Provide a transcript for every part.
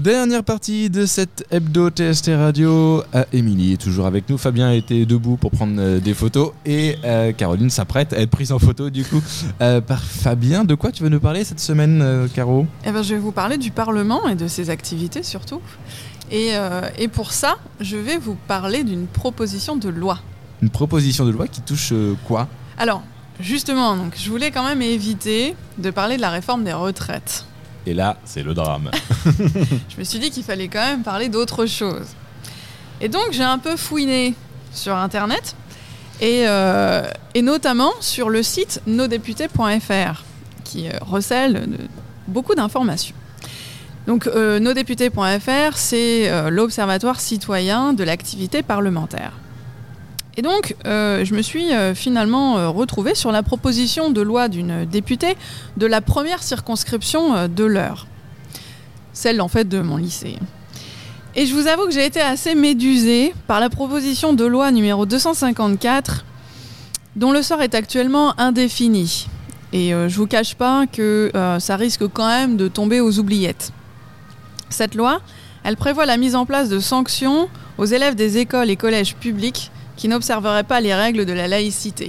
Dernière partie de cette hebdo TST Radio. Émilie est toujours avec nous. Fabien était debout pour prendre des photos et Caroline s'apprête à être prise en photo du coup par Fabien. De quoi tu veux nous parler cette semaine, Caro ? Je vais vous parler du Parlement et de ses activités surtout. Et pour ça, je vais vous parler d'une proposition de loi. Une proposition de loi qui touche quoi ? Alors, justement, donc, je voulais quand même éviter de parler de la réforme des retraites. Et là, c'est le drame. Je me suis dit qu'il fallait quand même parler d'autre chose. Et donc, j'ai un peu fouiné sur Internet, et notamment sur le site nosdéputés.fr, qui recèle beaucoup d'informations. Donc, nosdéputés.fr, c'est l'observatoire citoyen de l'activité parlementaire. Et donc, je me suis finalement retrouvée sur la proposition de loi d'une députée de la première circonscription de l'Eure. Celle, en fait, de mon lycée. Et je vous avoue que j'ai été assez médusée par la proposition de loi numéro 254, dont le sort est actuellement indéfini. Et je vous cache pas que ça risque quand même de tomber aux oubliettes. Cette loi, elle prévoit la mise en place de sanctions aux élèves des écoles et collèges publics qui n'observeraient pas les règles de la laïcité.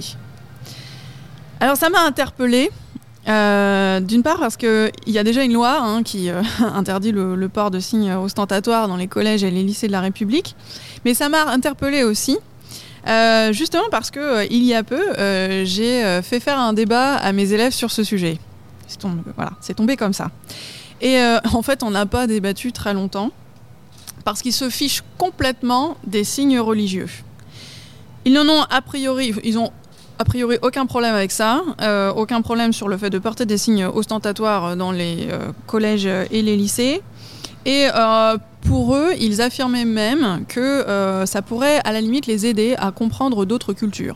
Alors ça m'a interpellée, d'une part parce qu'il y a déjà une loi qui interdit le port de signes ostentatoires dans les collèges et les lycées de la République, mais ça m'a interpellée aussi, justement parce qu'il y a peu, j'ai fait faire un débat à mes élèves sur ce sujet. C'est tombé comme ça. Et en fait, on n'a pas débattu très longtemps, parce qu'ils se fichent complètement des signes religieux. Ils ont a priori aucun problème avec ça, aucun problème sur le fait de porter des signes ostentatoires dans les collèges et les lycées. Et pour eux, ils affirmaient même que ça pourrait à la limite les aider à comprendre d'autres cultures.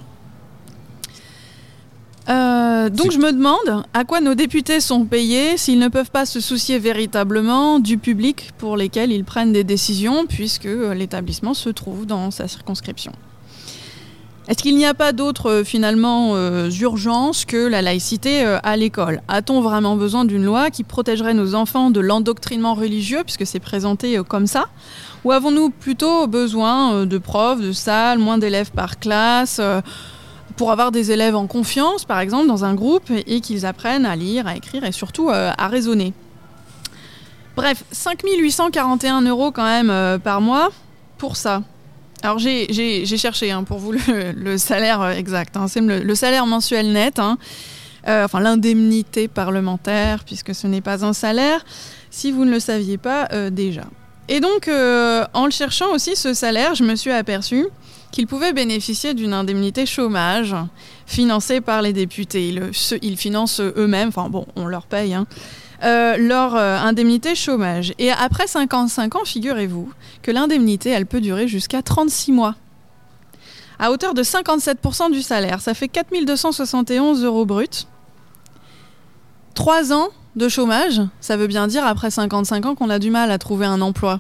Donc je me demande à quoi nos députés sont payés s'ils ne peuvent pas se soucier véritablement du public pour lesquels ils prennent des décisions, puisque l'établissement se trouve dans sa circonscription. Est-ce qu'il n'y a pas d'autres, urgences que la laïcité à l'école ? A-t-on vraiment besoin d'une loi qui protégerait nos enfants de l'endoctrinement religieux, puisque c'est présenté comme ça ? Ou avons-nous plutôt besoin de profs, de salles, moins d'élèves par classe, pour avoir des élèves en confiance, par exemple, dans un groupe, et qu'ils apprennent à lire, à écrire et surtout à raisonner ? Bref, 5 841 € quand même par mois pour ça. Alors j'ai cherché pour vous le salaire exact. C'est le salaire mensuel net, l'indemnité parlementaire, puisque ce n'est pas un salaire, si vous ne le saviez pas déjà. Et donc, en le cherchant aussi, ce salaire, je me suis aperçue qu'ils pouvaient bénéficier d'une indemnité chômage financée par les députés. Ils financent eux-mêmes, on leur paye, leur indemnité chômage. Et après 55 ans, figurez-vous que l'indemnité, elle peut durer jusqu'à 36 mois. À hauteur de 57% du salaire. Ça fait 4 271 € bruts. 3 ans de chômage, ça veut bien dire après 55 ans qu'on a du mal à trouver un emploi.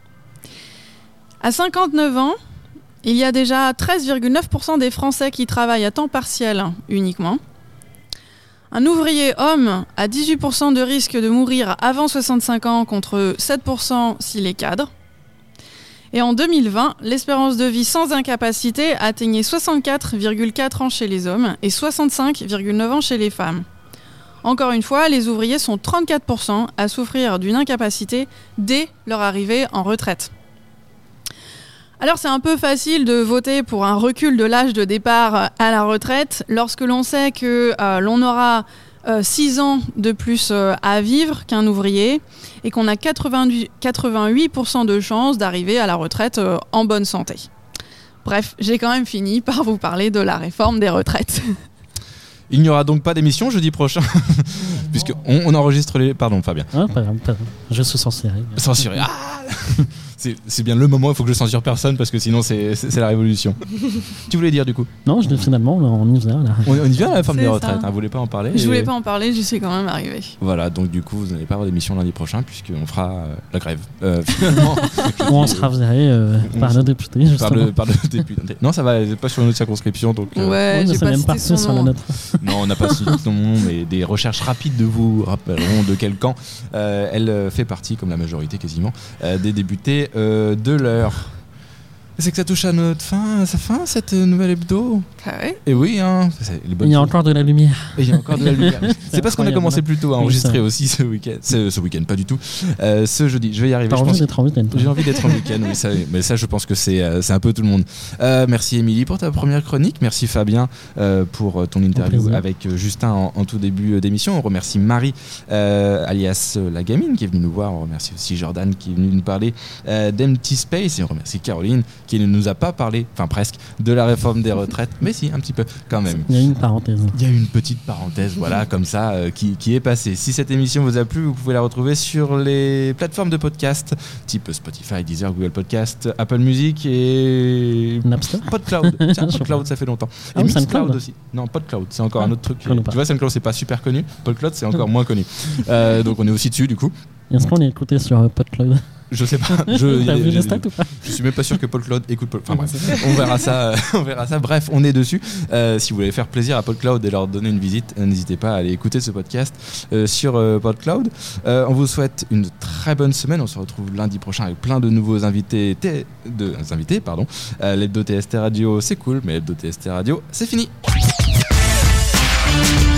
À 59 ans, il y a déjà 13,9% des Français qui travaillent à temps partiel uniquement. Un ouvrier homme a 18% de risque de mourir avant 65 ans contre 7% s'il est cadre. Et en 2020, l'espérance de vie sans incapacité atteignait 64,4 ans chez les hommes et 65,9 ans chez les femmes. Encore une fois, les ouvriers sont 34% à souffrir d'une incapacité dès leur arrivée en retraite. Alors c'est un peu facile de voter pour un recul de l'âge de départ à la retraite lorsque l'on sait que l'on aura 6 ans de plus à vivre qu'un ouvrier et qu'on a 88% de chances d'arriver à la retraite en bonne santé. Bref, j'ai quand même fini par vous parler de la réforme des retraites. Il n'y aura donc pas d'émission jeudi prochain, puisqu'on enregistre les... Pardon Fabien. Ah, pardon. Je suis censuré. Censuré. c'est bien le moment, il faut que je censure personne parce que sinon c'est la révolution. Tu voulais dire du coup? Non, je dis finalement, on y vient là. On y vient à la réforme des C'est retraites, ça. vous voulez pas en parler? Je voulais pas en parler, j'y suis quand même arrivée. Voilà, donc du coup, vous n'allez pas avoir d'émission lundi prochain puisqu'on fera la grève. Finalement, Ou on sera viré par le député, justement. par le député. Non, ça va, c'est pas sur notre circonscription, donc. Ouais, j'ai c'est pas même cité parti son sur la nom. nôtre. Non, on n'a pas cité son nom, mais des recherches rapides de vous rappelleront de quel camp. Elle fait partie, comme la majorité quasiment, des députés de l'heure. C'est que ça touche à sa fin, cette nouvelle hebdo. Ah ouais. Et oui, hein. Il y a encore de la lumière. Et il y a encore de la lumière. C'est parce qu'on a incroyable. commencé plus tôt à Oui, enregistrer ça. aussi ce week-end. Ce week-end, pas du tout. Ce jeudi, je vais y arriver. T'as je envie pense. d'être en week-end. J'ai envie d'être en week-end, oui, mais ça, je pense que c'est un peu tout le monde. Merci Émilie pour ta première chronique. Merci Fabien pour ton interview plaisir. avec Justin en tout début d'émission. On remercie Marie, alias la gamine, qui est venue nous voir. On remercie aussi Jordan qui est venu nous parler d'Empty Space. Et on remercie Caroline qui ne nous a pas parlé, enfin presque, de la réforme des retraites. Mais si, un petit peu quand même. Il y a une parenthèse. Il y a une petite parenthèse, voilà, comme ça, qui est passée. Si cette émission vous a plu, vous pouvez la retrouver sur les plateformes de podcast, type Spotify, Deezer, Google Podcast, Apple Music et Napster. PodCloud. Tiens, PodCloud, ça fait longtemps. Ah, Et oui, Mixcloud SoundCloud. aussi. Non, PodCloud, c'est encore Ah, un autre truc. je connais pas. Tu vois, SoundCloud, c'est pas super connu. PodCloud, c'est encore moins connu. Donc on est aussi dessus, du coup. Est-ce qu'on est écouté sur PodCloud? Je sais pas. T'as vu les stats ou pas? Je suis même pas sûr que PodCloud écoute Enfin bref, on verra ça. On verra ça. Bref, on est dessus. Si vous voulez faire plaisir à PodCloud et leur donner une visite, n'hésitez pas à aller écouter ce podcast sur PodCloud. On vous souhaite une très bonne semaine. On se retrouve lundi prochain avec plein de nouveaux invités. L'hebdo TST Radio, c'est cool, mais l'hebdo TST Radio, c'est fini.